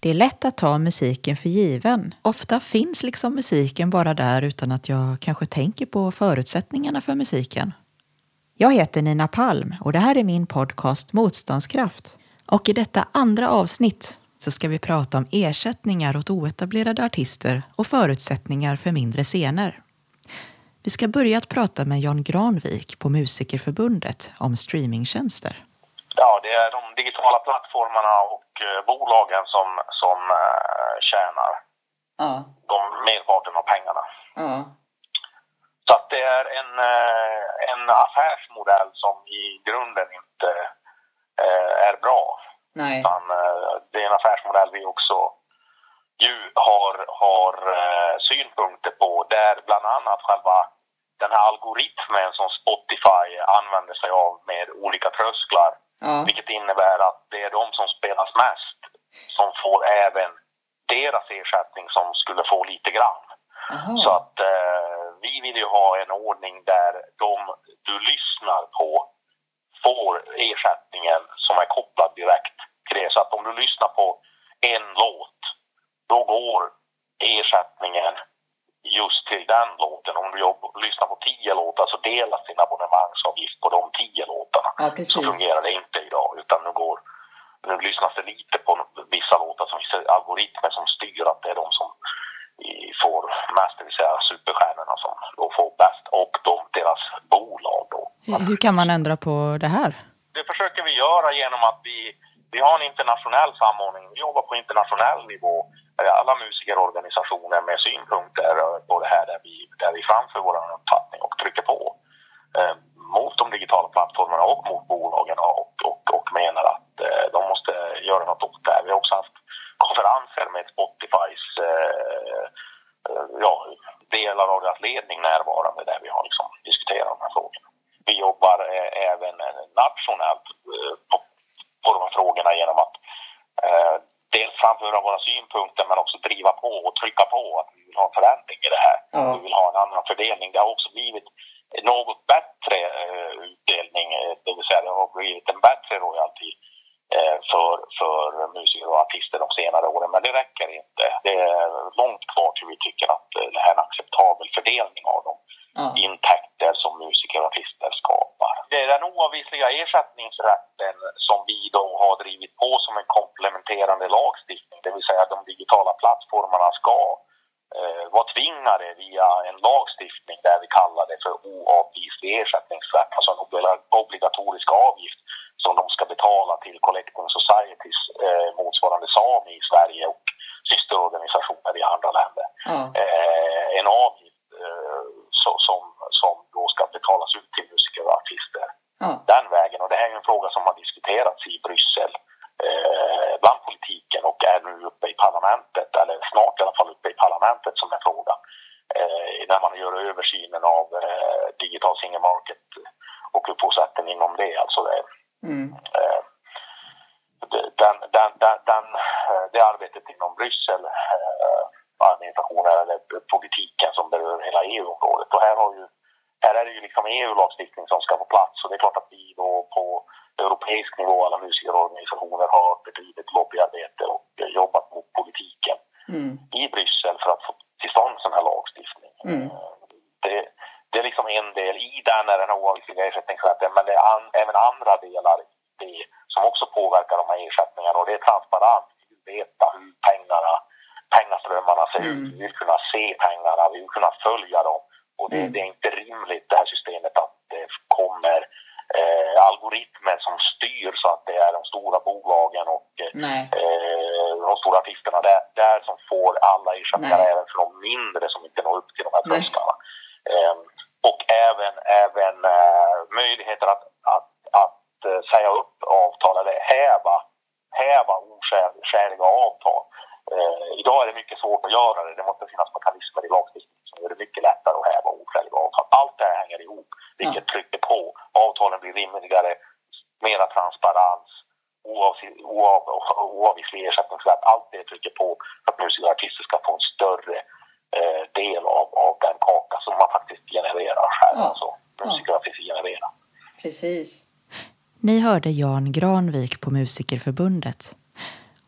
Det är lätt att ta musiken för given. Ofta finns liksom musiken bara där utan att jag kanske tänker på förutsättningarna för musiken. Jag heter Nina Palm och det här är min podcast Motståndskraft. Och i detta andra avsnitt så ska vi prata om ersättningar åt oetablerade artister och förutsättningar för mindre scener. Vi ska börja att prata med Jan Granvik på Musikerförbundet om streamingtjänster. Ja, det är de digitala plattformarna och bolagen som tjänar merparten av pengarna. Ja. Så att det är en affärsmodell som i grunden inte är bra. Nej. Utan, det är en affärsmodell vi också har synpunkter på. Där bland annat själva den här algoritmen som Spotify använder sig av med olika trösklar. Ja. Vilket innebär att det är de som spelas mest som får även deras ersättning som skulle få lite grann. Aha. Så att vi vill ju ha en ordning där de du lyssnar på får ersättningen som är kopplad direkt till det. Så att om du lyssnar på en låt, då går ersättningen just till den låten. Om du lyssnar på 10 låtar så delas din abonnemangsavgift på de 10 låtarna. Ja, precis. Så fungerar det inte idag, utan nu lyssnas det lite på vissa låtar som vissa algoritmer som styr att det är de som får mest, det vill säga superstjärnorna som då får bäst och deras bolag då. Hur kan man ändra på det här? Det försöker vi göra genom att vi har en internationell samordning. Vi jobbar på internationell nivå. Alla musikerorganisationer med synpunkter på det här där vi framför vår uppfattning och trycker på mot de digitala plattformarna och mot bolagen och menar att de måste göra något åt det här. Vi har också haft konferenser med Spotifys delar av deras ledning närvarande där vi har liksom diskuterat de här frågorna. Vi jobbar även nationellt på de här frågorna genom att dels framföra våra synpunkter men också driva på och trycka på att vi vill ha en förändring i det här. Ja. Vi vill ha en annan fördelning. Det har också blivit något bättre utdelning, det vill säga det har blivit en bättre royalty för musiker och artister de senare åren, men det räcker inte. Det är långt kvar till vi tycker att det här är en acceptabel fördelning av de intäkter som musiker och artister skapar. Det är den oavvisliga ersättningsrätten som vi då har drivit på som en komplementerande lagstiftning, det vill säga att de digitala plattformarna ska vara tvingade via en lagstiftning där vi kallar det för oavvislig ersättningsrätt, alltså en obligatorisk avgift som de ska betala till Collecting Societies motsvarande SAMI i Sverige och systerorganisationer i andra länder. En avgift som då ska betalas ut till musiker och artister den vägen. Och det här är en fråga som har diskuterats i Bryssel bland politiken och är nu uppe i parlamentet, eller snart i alla fall uppe i parlamentet som en fråga. När man gör översynen av digital single market och upphovsrätten inom det, alltså det. Det arbetet inom Bryssel, administrationen eller politiken som berör hela EU-området. Och här är det ju liksom EU-lagstiftning som ska få plats. Och det är klart att vi då på europeisk nivå, alla musikerorganisationer har bedrivit lobbyarbete och jobbat mot politiken i Bryssel för att få till stånd sån här lagstiftning. Det är liksom en del i den oavvisliga ersättningsrätten, men det är även andra delar i det som också påverkar de här ersättningarna, och det är transparent. Vi vill veta hur pengaströmmarna ser ut, vi vill kunna se pengarna, vi vill kunna följa dem, och det är inte rimligt det här systemet att det kommer algoritmer som styr så att det är de stora bolagen och de stora artisterna där som får alla ersättningar, även för de mindre som inte når upp till de här trösklarna. Och även möjligheter att säga upp avtal eller häva oskäliga avtal. Idag är det mycket svårt att göra det. Det måste finnas mekanismer i lagstiftningen som gör det mycket lättare att häva oskäliga avtal. Allt det här hänger ihop, vilket trycker på. Avtalen blir rimligare, mera transparens, oavvislig ersättningsrätt. Allt det trycker på att musiker och artister ska få en större del av den kaka som man faktiskt genererar själv. Alltså musiker och artister genererar. Precis. Ni hörde Jan Granvik på Musikerförbundet.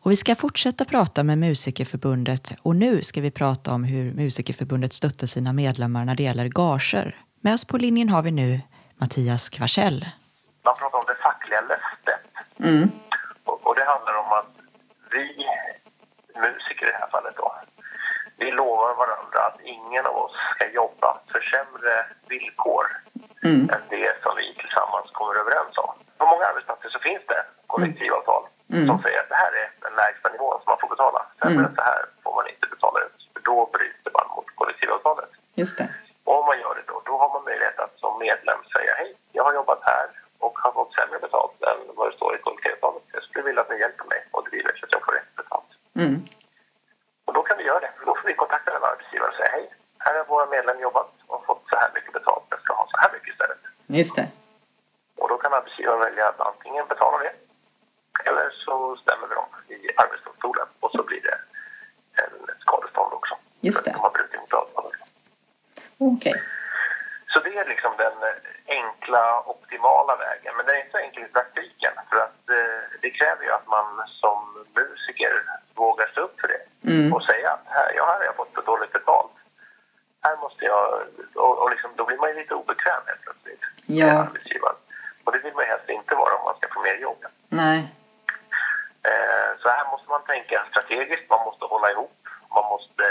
Och vi ska fortsätta prata med Musikerförbundet och nu ska vi prata om hur Musikerförbundet stöttar sina medlemmar när det gäller gager. Med oss på linjen har vi nu Mattias Kvarsell. Man pratar om det fackliga löftet. Och det handlar om att vi musiker i det här fallet då, vi lovar varandra att ingen av oss ska jobba för sämre villkor än det som vi tillsammans kommer överens om. På många arbetsplatser så finns det kollektivavtal som säger att det här är den lägsta nivån som man får betala. Sämre än så här får man inte betala ut. För då bryter man mot kollektivavtalet. Just det. Och om man gör det då har man möjlighet att som medlem säga hej, jag har jobbat här och har fått sämre betalt än vad det står i kollektivavtalet. Jag skulle vilja att ni hjälper mig och driver så att jag får rätt betalt. Och då kan vi göra det. Då får vi kontakta en arbetsgivare och säga hej, här har våra medlem jobbat och fått så här mycket betalt. Jag ska ha så här mycket istället. Just det. Och då kan arbetsgivaren välja att antingen betala det eller så stämmer vi dem i arbetsdomstolen och så blir det en skadestånd också. Just det. De har brutit mot avtalet. Okej. Så det är liksom den enkla, optimala vägen. Men det är inte så enkelt i praktiken. För att det kräver ju att man som musiker vågar stå upp för det. Och säga att här har jag fått för dåligt betalt. Här måste jag... Och liksom, då blir man ju lite obekväm helt plötsligt. Med arbetsgivaren. Och det vill man helst inte vara om man ska få mer jobb. Nej. Så här måste man tänka strategiskt. Man måste hålla ihop. Man måste...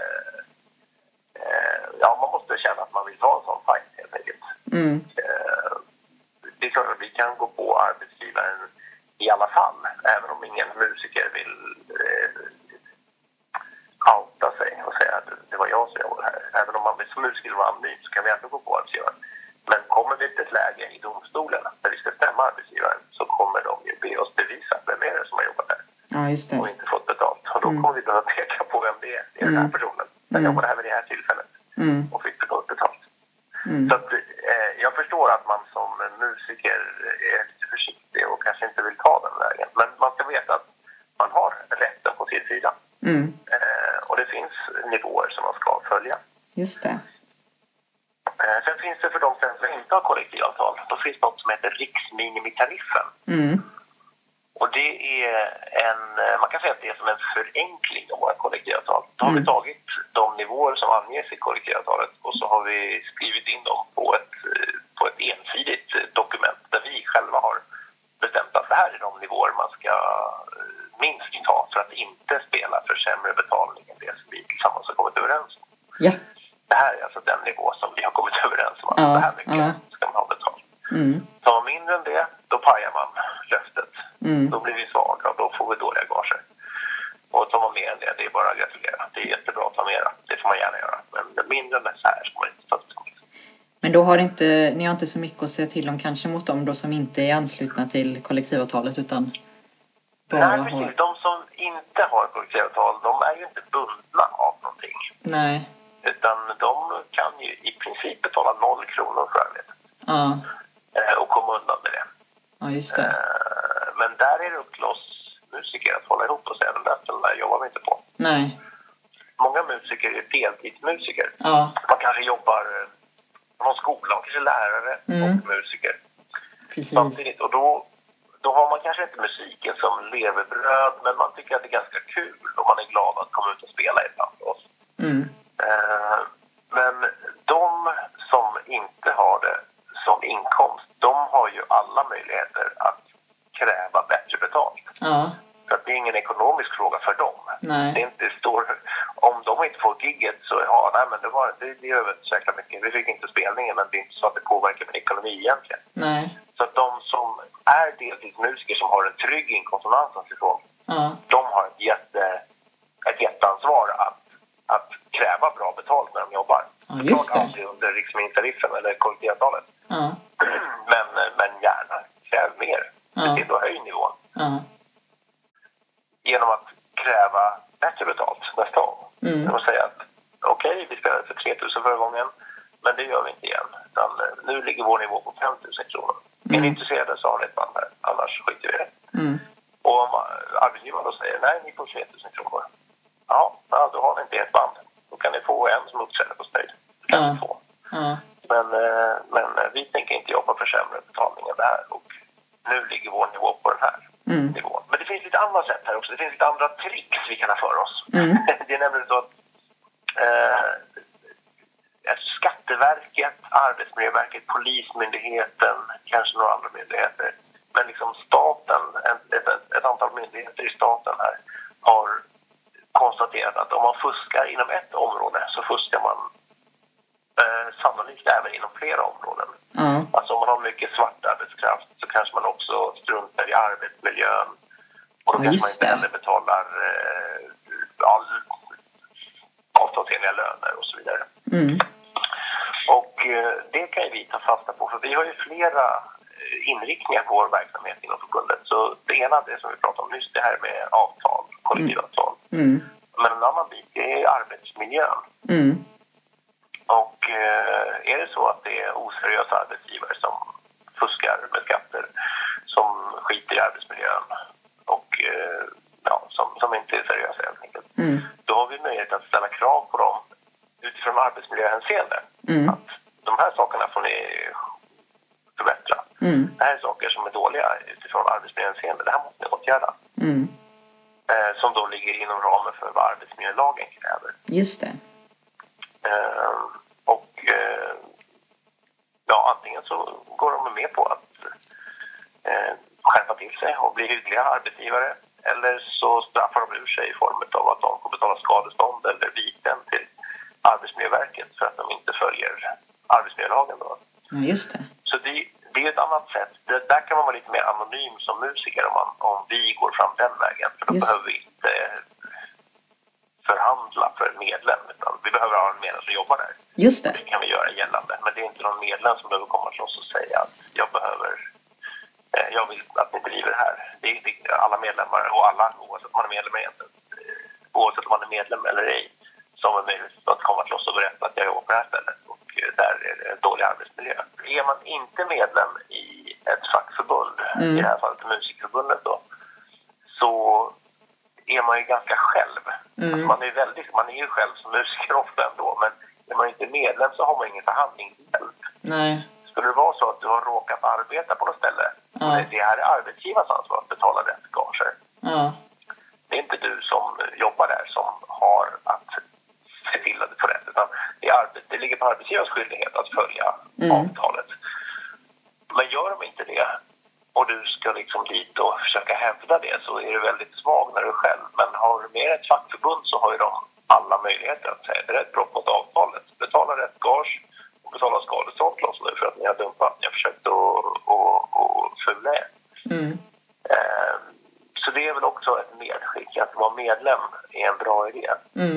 man måste känna att man vill ta en sån fight helt enkelt. Det är klart att vi kan gå på arbetsgivaren i alla fall, även om ingen musiker vill outa sig och säga att det var jag som jobbade här. Även om man som musiker var anonym så kan vi ändå gå på arbetsgivaren. Men kommer vi till ett läge i domstolen där vi ska stämma arbetsgivaren så kommer de ju be oss bevisa vem är det som har jobbat här. Ja, just det. Och inte fått betalt. Och då kommer vi behöva peka på vem det är. Det är den här personen. Den jobbade här vid det här tillfället. Och fick betalt. Så att, jag förstår att man som musiker är lite försiktig och kanske inte vill ta den vägen. Men man ska veta att man har rätten på sin sida. Och det finns nivåer som man ska följa. Just det. Sen finns det för de som inte har kollektivavtal. Då finns något som heter riksminimitariffen. Och det är man kan säga att det är som en förenkling av våra kollektivavtal. Då har vi tagit de nivåer som anges i kollektivavtalet och så har vi skrivit in dem på ett ensidigt dokument där vi själva har bestämt att det här är de nivåer man ska minst ta för att inte spela för sämre betalning än det som vi tillsammans har kommit överens om. Ja. Det här är alltså den nivå som vi har kommit överens om. Att det här mycket ska man ha betalt. Tar man mindre än det, då pajar man löftet. Då blir vi svaga och då får vi dåliga gager. Och tar man mer än det är bara att gratulera. Det är jättebra att ta mera. Det får man gärna göra. Men mindre än det så här ska man inte ta betalt. Men då ni har inte så mycket att säga till om kanske mot dem då som inte är anslutna till kollektivavtalet utan bara Nej, precis. De som inte har kollektivavtal, de är ju inte bundna av någonting. Nej. Utan de kan ju i princip betala 0 kronor för arbetet. Och komma undan med det. Ja, just det. Men där är det upp till oss musiker att hålla ihop och säga den där ställena jobbar vi inte på. Nej. Många musiker är deltidsmusiker. Ja. Man kanske jobbar någon skola, man kanske är lärare och musiker. Precis. Samtidigt. Och då har man kanske inte musiken som levebröd, men man tycker att det är ganska kul och man är glad att komma ut och spela ibland för oss. Men de som inte har det som inkomst, de har ju alla möjligheter att kräva bättre betalt. Ja. För att det är ingen ekonomisk fråga för dem. Nej. Det är inte om de inte får gigget så men det är inte så jäkla mycket. Vi fick inte spelningen, men det är inte så att det påverkar min ekonomi egentligen. Nej. Så att de som är deltidsmusiker som har en trygg inkomst från någonstans ifrån, de har ett jätteansvar att kräva bra betalt när de jobbar. Ja, just det. Alltid under riksmintariffen eller kollektivavtalet. Men gärna kräv mer. Se till att höja nivån. Genom att kräva bättre betalt nästa gång. Genom att säga att okej, vi spelade för 3 000 förra gången, men det gör vi inte igen. Utan nu ligger vår nivå på 5 000 kronor. Är ni intresserade så har ni ett band här, annars skiter vi det. Och om arbetsgivaren då säger nej, ni får 3 000 kronor. Ja, då har ni inte ett band. Då kan ni få en som uppställer på stöd. Det kan ni få. Men vi tänker inte jobba för sämre betalning än det här. Och nu ligger vår nivå på den här nivån. Men det finns lite lite andra sätt här också. Det finns lite andra tricks vi kan ha för oss. Det är nämligen så att Skatteverket, Arbetsmiljöverket, Polismyndigheten, kanske några andra myndigheter, men liksom staten, ett antal myndigheter i staten här har konstaterat att om man fuskar inom ett område så fuskar man sannolikt även inom flera områden. Alltså om man har mycket svart arbetskraft så kanske man också struntar i arbetsmiljön och då kanske man inte heller betalar avtalsenliga löner och så vidare. Och det kan ju vi ta fasta på, för vi har ju flera inriktningar på vår verksamhet inom förbundet. Så det ena, det som vi pratade om nyss, det här med avtal, kollektivavtal. Men en annan bit är arbetsmiljön. Och är det så att det är oseriösa arbetsgivare som fuskar med skatter, som skiter i arbetsmiljön och som inte är seriösa helt enkelt, då har vi möjlighet att ställa krav på dem utifrån arbetsmiljöhänseende. Att de här sakerna får ni förbättra. Det här är saker som är dåliga utifrån arbetsmiljöhänseende. Det här måste ni åtgärda. Som då ligger inom ramen för vad arbetsmiljölagen kräver. Just det. Antingen så går de med på att skärpa till sig och bli hyggliga arbetsgivare, eller så straffar de ur sig i form av att de får betala skadestånd eller viten till Arbetsmiljöverket för att de inte följer arbetsmiljölagen då. Ja, just det. Så det är ett annat sätt. Där kan man vara lite mer anonym som musiker om vi går fram den vägen, för då behöver vi inte förhandla för en medlem, utan vi behöver ha en medlem som jobbar där. Just det. Och det kan vi göra gällande, men det är inte någon medlem som behöver komma till oss och säga att jag vill att ni driver här. Det är alla medlemmar och alla, oavsett om man är medlem egentligen, oavsett om man är medlem eller ej, som är möjligt att komma till oss och berätta att jag jobbar på det här stället och där är det en dålig arbetsmiljö. Är man inte medlem i ett fackförbund, i det här fallet Musikförbundet då, så är man ju ganska själv. Alltså man är ju själv som musiker ofta ändå, men är man inte medlem så har man ingen förhandlingshjälp. Nej. Skulle det vara så att du har råkat arbeta på något ställe, det här är arbetsgivarens ansvar att betala rätt gager. Det är inte du som jobbar där som har att se till att du får rätt, utan det ligger på arbetsgivarens skyldighet att följa avtalet. Men gör de inte det och du ska liksom dit och försöka hävda det, så är du väldigt svag när du själv. Men har du med ett fackförbund så har ju de alla möjligheter att säga det är ett brott mot avtalet. Betala rätt gage och betala skadestånd till oss nu för att ni har dumpat. Ni har försökt att fula er. Så det är väl också ett medskick att vara medlem är en bra idé.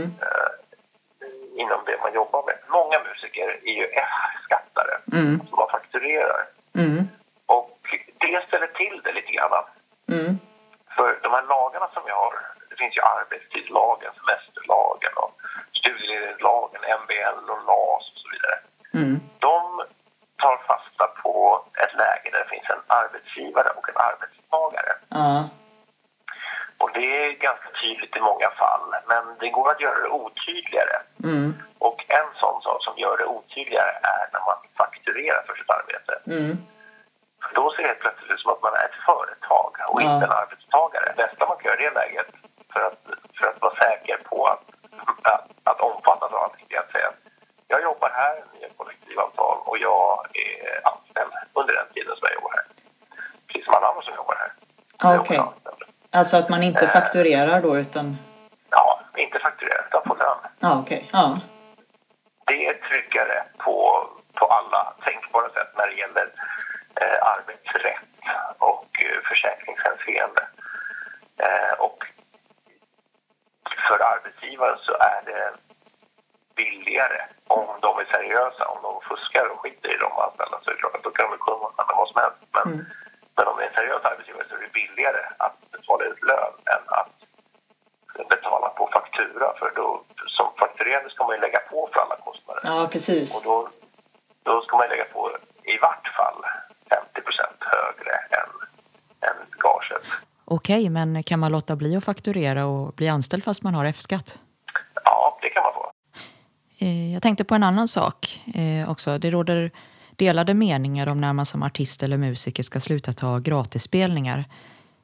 Inom det man jobbar med. Många musiker är ju F-skattare som man fakturerar. Och det ställer till det lite grann. För de här lagarna som vi har, det finns ju arbetstidslagen, semesterlagen och studieledighetslagen, MBL och LAS och så vidare. De tar fasta på ett läge där det finns en arbetsgivare och en arbetstagare. Och det är ganska tydligt i många fall, men det går att göra det otydligare. Och en sån sak som gör det otydligare är när man fakturerar för sitt arbete. För då ser det plötsligt ut som att man är ett företag och inte en arbetstagare. Det bästa man kan göra i det läget för att vara säker på att omfattas av allting, är att säga att jag jobbar här i ett kollektivavtal och jag är anställd under den tiden som jag jobbar här. Precis som alla andra som jobbar här. Okej. Alltså att man inte fakturerar då utan... Ja, inte fakturerar utan får lön. Okej. Det är tryggare på alla tänkbara sätt när det gäller arbetsrätt och försäkringshänseende. Och för arbetsgivaren så är det billigare om de är seriösa. Om de fuskar och skiter i de anställda så är det klart att då kan de kunna använda vad som helst. Men om det är en seriös arbetsgivare så är det billigare att betala ut lön än att betala på faktura. För då, som fakturerande ska man ju lägga på för alla kostnader. Ja, precis. Och då ska man lägga på i vart fall 50% högre än gaget. Okej, men kan man låta bli att fakturera och bli anställd fast man har F-skatt? Ja, det kan man få. Jag tänkte på en annan sak också. Det råder delade meningar om när man som artist eller musiker ska sluta ta gratisspelningar.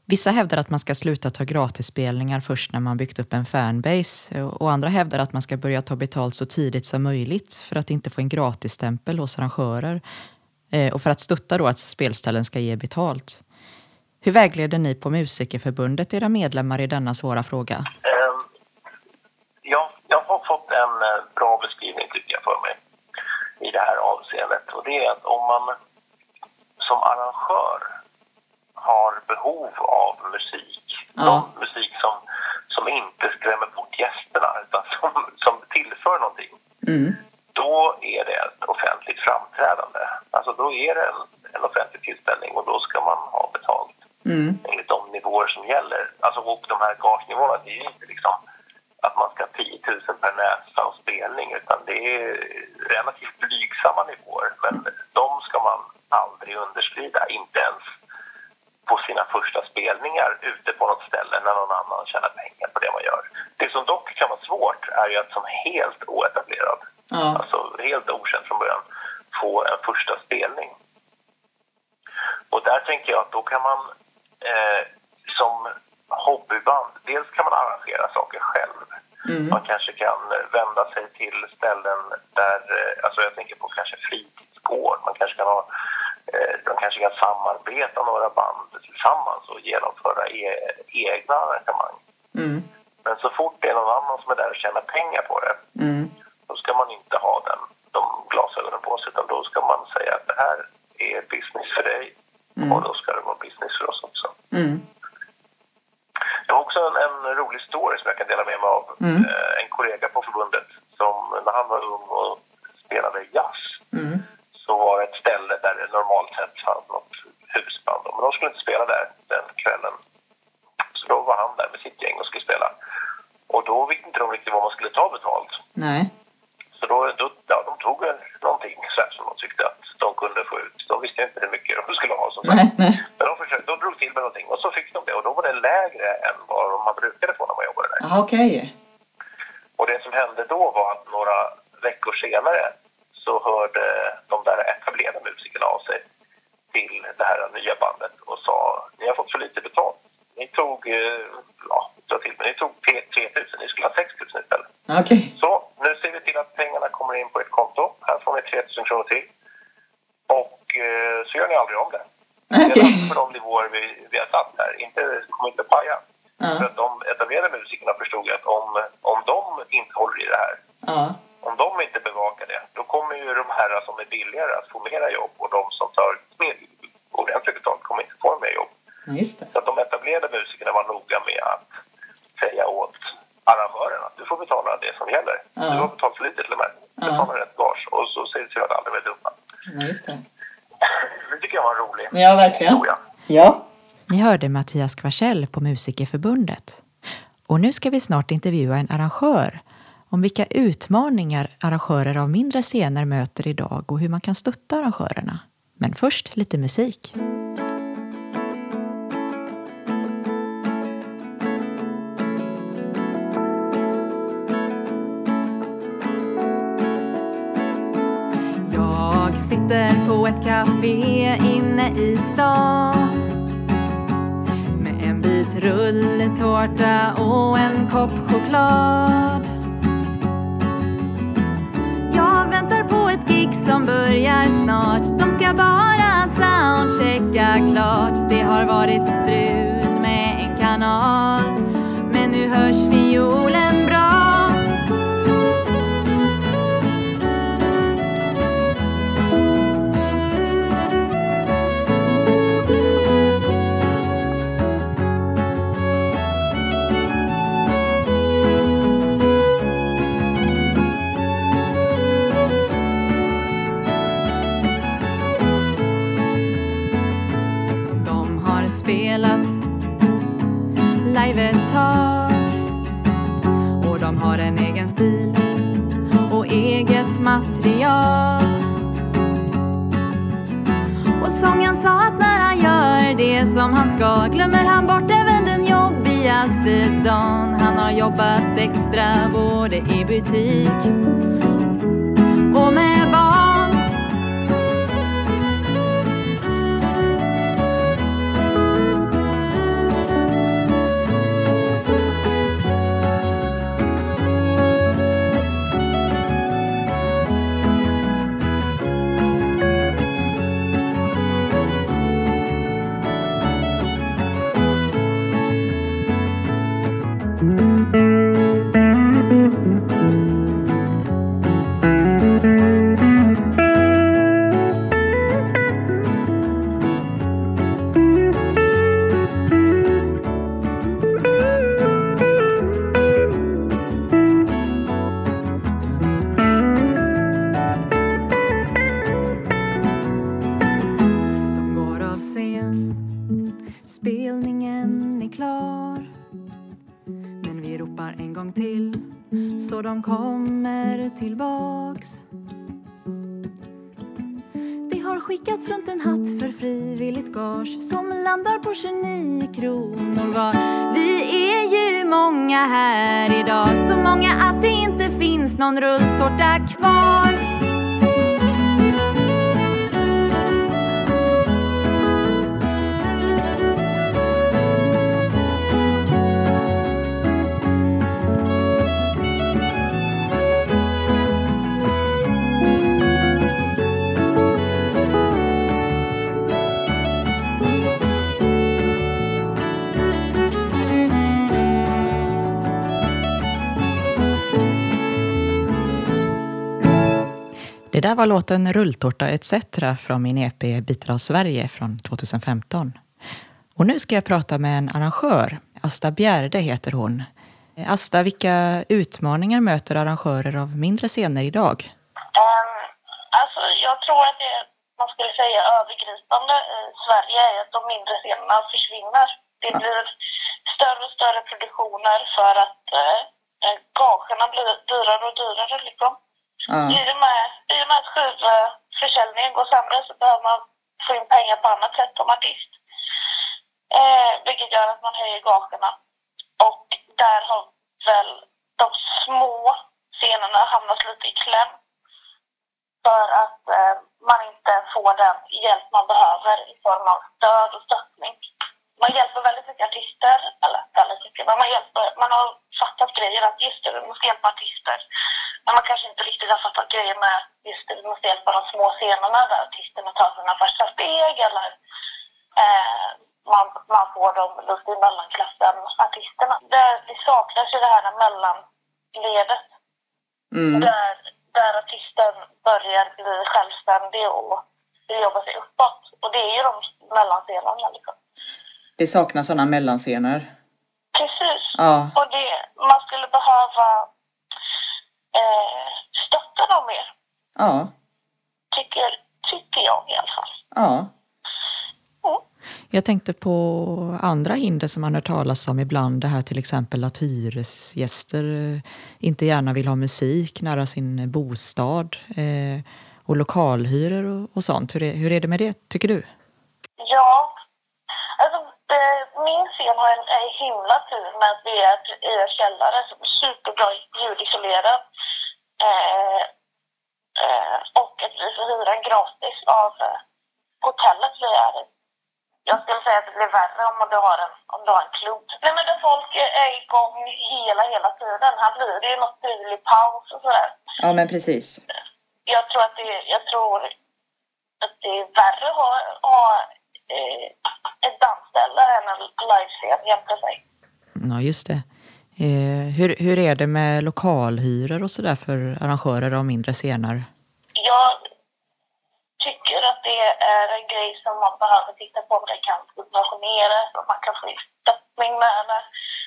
Vissa hävdar att man ska sluta ta gratisspelningar först när man byggt upp en fanbase och andra hävdar att man ska börja ta betalt så tidigt som möjligt för att inte få en gratisstämpel hos arrangörer och för att stötta då att spelställen ska ge betalt. Hur vägleder ni på Musikerförbundet era medlemmar i denna svåra fråga? Jag har fått en bra beskrivning tycker jag för mig i det här avseendet. Och det är att om man som arrangör har behov av musik, musik som inte skrämmer bort gästerna utan som tillför någonting, då är det ett offentligt framträdande. Alltså då är det en offentlig tillställning och då ska man ha betalt enligt de nivåer som gäller. Alltså och de här gagenivåerna, det är ju inte liksom att man ska ha 10 000 per näsa och spelning, utan det är relativt blygsamma nivåer. Men de ska man aldrig underskrida, inte ens på sina första spelningar ute på något ställe när någon annan tjänar pengar på det man gör. Det som dock kan vara svårt är ju att som helt oetablerad, alltså helt okänd från början, få en första spelning. Och där tänker jag att då kan man som hobbyband, dels kan man arrangera saker själv. Man kanske kan vända sig till ställen där, alltså jag tänker på kanske fritidsgård, man kanske kan ha, de kanske kan samarbeta några band tillsammans och genomföra egna arrangemang. Men så fort det är någon annan som är där och tjänar pengar på det, då ska man inte ha de glasögonen på sig, utan då ska man säga att det här är business för dig och då ska det vara business för oss också. Det var också en rolig story som jag kan dela med mig av. En kollega på förbundet som när han var ung och spelade jazz så var det ett ställe där det normalt sett fanns något husband. Men de skulle inte spela där den kvällen. Så då var han där med sitt gäng och skulle spela. Och då visste inte de riktigt vad man skulle ta betalt. Nej. Så de tog någonting så här som de tyckte att de kunde få ut. De visste inte hur mycket de skulle ha. Nej. Men de drog till med någonting och så fick de det. Och då var det lägre än vad man brukade få när man jobbade där. Aha, okej. Och det som hände då var att några veckor senare så hörde de där etablerade musikerna av sig till det här nya bandet och sa: ni har fått för lite betalt. Ni tog, ni tog 3 000, ni skulle ha 6 000 istället. Okay. Så nu ser vi till att pengarna kommer in på ett konto. Här får ni 3 000 kronor till. Och så gör ni aldrig om det. Okay. Det är för de nivåer vi har satt här. Kommer inte paja. För att de etablerade musikerna förstod att om de inte håller i det här, om de inte bevakar det, då kommer ju de här som är billigare att få mera jobb och de som tar mer ordentligt betalt kommer inte få mer jobb. Just det. Så att de etablerade musikerna var noga med att säga åt arrangören att du får betala det som gäller. Du har betalt för lite till och med. Betala rätt gage och så ser det till att aldrig blir dumma. Just det. Det tycker jag var en rolig. Ja, verkligen. Ja. Ni hörde Mattias Kvarsell på Musikerförbundet. Och nu ska vi snart intervjua en arrangör om vilka utmaningar arrangörer av mindre scener möter idag och hur man kan stötta arrangörerna. Men först lite musik. Jag sitter på ett café inne i stan med en bit rulletårta och en kopp choklad. Jag väntar på ett gig som börjar snart. De ska bara soundchecka klart. Det har varit strul med en kanal, men nu hörs violen bra. Spelat live ett tag och de har en egen stil och eget material. Och sången sa att när han gör det som han ska glömmer han bort även den jobbigaste dagen. Han har jobbat extra både i butik och med barn. Spelningen är klar, men vi ropar en gång till så de kommer tillbaks. Det har skickats runt en hatt för frivilligt gage som landar på 29 kronor var. Vi är ju många här idag, så många att det inte finns någon rulltårta kvar. Det där var låten Rulltårta etc. från min EP Bitar av Sverige från 2015. Och nu ska jag prata med en arrangör. Asta Bjärde heter hon. Asta, vilka utmaningar möter arrangörer av mindre scener idag? Alltså, jag tror att det man skulle säga övergripande i Sverige är att de mindre scenerna försvinner. Det blir större och större produktioner för att gagerna blir dyrare och dyrare liksom. I och med att skivförsäljningen går sämre så behöver man få in pengar på annat sätt som artist. Vilket gör att man höjer gagerna. Och där har väl de små scenerna hamnat lite i kläm. För att man inte får den hjälp man behöver i form av stöd och stöttning. Man hjälper väldigt mycket artister, eller väldigt mycket, men man har fattat grejer att just det, vi måste hjälpa artister. Men man kanske inte riktigt har fattat grejer med just det, vi måste hjälpa de små scenerna där artisterna tar sina första steg eller man får dem lust i mellanklassen, artisterna. Det saknas ju det här mellanledet. Där artisten börjar bli självständig och jobba sig uppåt. Och det är ju de mellanscenerna liksom. Det saknas sådana mellanscener. Precis. Ja. Och man skulle behöva stötta dem mer. Ja. Tycker jag i alla fall. Ja. Jag tänkte på andra hinder som man hör talas om ibland. Det här till exempel att hyresgäster inte gärna vill ha musik nära sin bostad. Och lokalhyror och sånt. Hur är det med det, tycker du? Ja. Alltså, min scen har en himla tur med att vi är i en källare som är superbra ljudisolerad. Och att vi får hyra gratis av hotellet vi är i. Jag skulle säga att det blir värre om du har en klubb. Nej, men där folk är igång hela tiden. Här blir det ju något tydlig paus och sådär. Ja, men precis. Jag tror att det är värre att ha ett dansställe än en livescen jämte sig. Ja, just det. Hur är det med lokalhyror och sådär för arrangörer av mindre scener? Jag tycker att det är en grej som man behöver titta på om det kan subventioneras, om man kan få stöttning med det.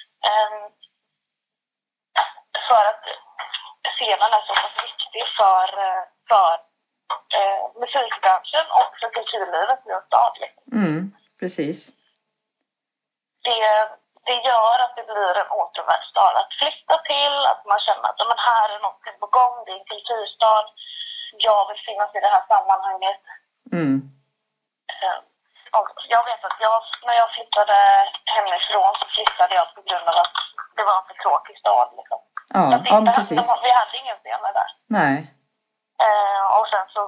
För att scenen är så pass viktig för musikbranschen och för kulturlivet i en stad. Precis. Det gör att det blir en återvärd stad att flytta till, att man känner att men här är någonting på gång, det är en kulturstad. Jag vill finnas i det här sammanhanget. Och jag vet att när jag flyttade hemifrån så flyttade jag på grund av att det var en för tråkig stad. Liksom. Ja, precis. Vi hade ingen scener där. Nej. Och sen så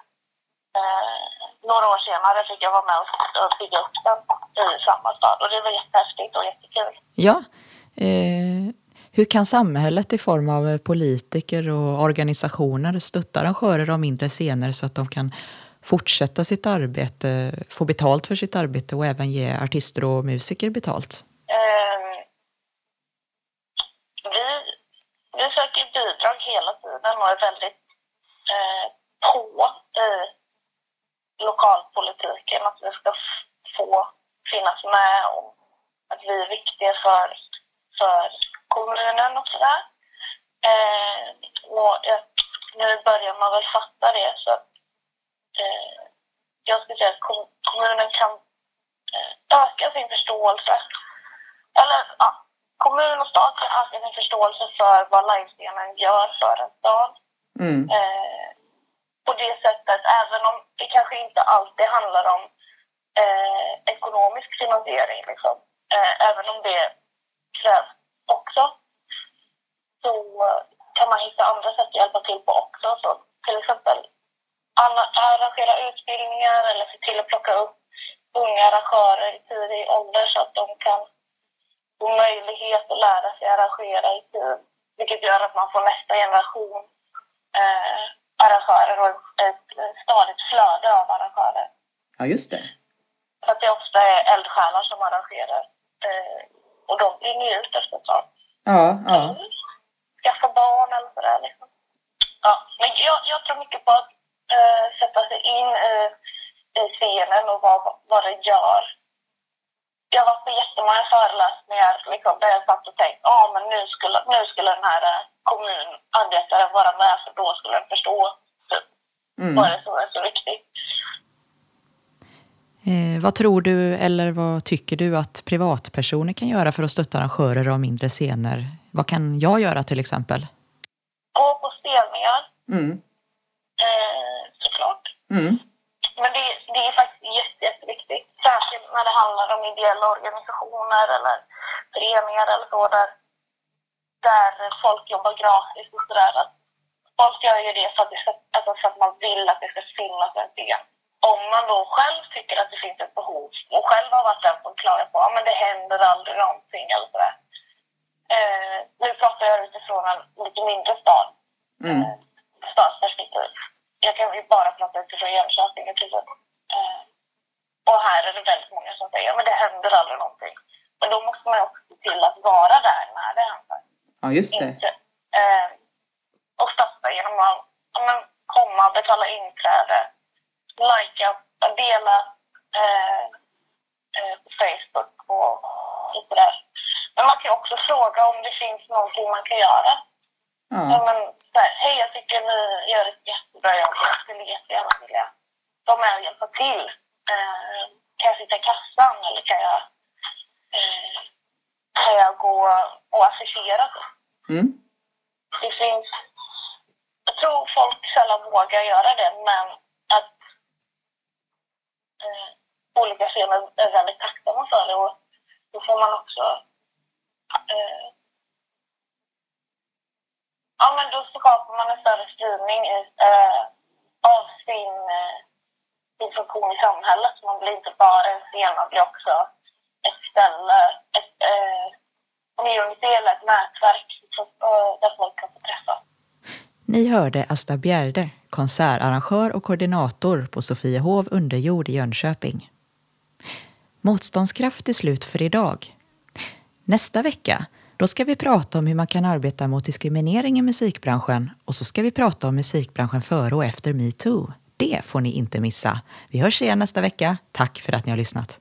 några år senare fick jag vara med och bygga upp den i samma stad. Och det var jättehäftigt och jättekul. Ja. Hur kan samhället i form av politiker och organisationer stötta arrangörer av mindre scener så att de kan fortsätta sitt arbete, få betalt för sitt arbete och även ge artister och musiker betalt? Vi söker bidrag hela tiden och är väldigt på lokalpolitiken, att vi ska få finnas med och att vi är viktiga för kommunen och sådär. Och nu börjar man väl fatta det, så att jag skulle säga att kommunen kan öka sin förståelse. Eller ja, kommun och stat kan öka sin förståelse för vad livescenen gör för en stad. På det sättet, även om det kanske inte alltid handlar om ekonomisk finansiering. Liksom. Även om det krävs också. Så kan man hitta andra sätt att hjälpa till på också. Så till exempel arrangera utbildningar eller se till att plocka upp unga arrangörer i tidig ålder så att de kan få möjlighet att lära sig arrangera i tid. Vilket gör att man får nästa generation arrangörer och ett stadigt flöde av arrangörer. Ja, just det. För att det ofta är eldsjälar som arrangerar. Och de brinner ut efter ett tag. Ja. Skaffa barn eller sådär liksom. Ja, men jag tror mycket på att sätta sig in i scenen och vad det gör. Jag var på jättemånga föreläsningar liksom, där jag satt och tänkte men nu skulle den här kommunarbetaren vara med för då skulle den förstå typ, vad det som är så viktigt. Vad tror du eller vad tycker du att privatpersoner kan göra för att stötta arrangörer av mindre scener? Vad kan jag göra till exempel? Gå på spelningar. Såklart. Men det är faktiskt jätteviktigt. Särskilt när det handlar om ideella organisationer eller föreningar eller så där folk jobbar gratis och sådär. Folk gör ju det för att man vill att det ska finnas en scen. Om man då själv tycker att det finns ett behov och själv har varit den som klagar på men det händer aldrig någonting eller sådär. Nu pratar jag utifrån en lite mindre stad. Stadsperspektiv. Jag kan ju bara prata utifrån Jönköping i princip. Och här är det väldigt många som säger men det händer aldrig någonting. Men då måste man också se till att vara där när det händer. Ja, just det. Och stötta genom att komma, betala inträde, likea, dela på Facebook och sådär. Men man kan också fråga om det finns någonting man kan göra. Men hej, jag tycker ni gör ett jättebra jobb. Jag skulle jättegärna vilja vara med och hjälpa till. Kan jag sitta i kassan eller kan jag gå och affischera? Det finns, jag tror folk sällan vågar göra det, men att olika scener är väldigt tacksamma för det och då får man också men då skapar man en större spridning av sin funktion i samhället. Man blir inte bara en scen, man blir också ett ställe, ett community eller ett nätverk där folk kan få träffa. Ni hörde Asta Bjärde, konsertarrangör och koordinator på Sofiehov Underjord i Jönköping. Motståndskraft är slut för idag. Nästa vecka, då ska vi prata om hur man kan arbeta mot diskriminering i musikbranschen och så ska vi prata om musikbranschen före och efter MeToo. Det får ni inte missa. Vi hörs igen nästa vecka. Tack för att ni har lyssnat.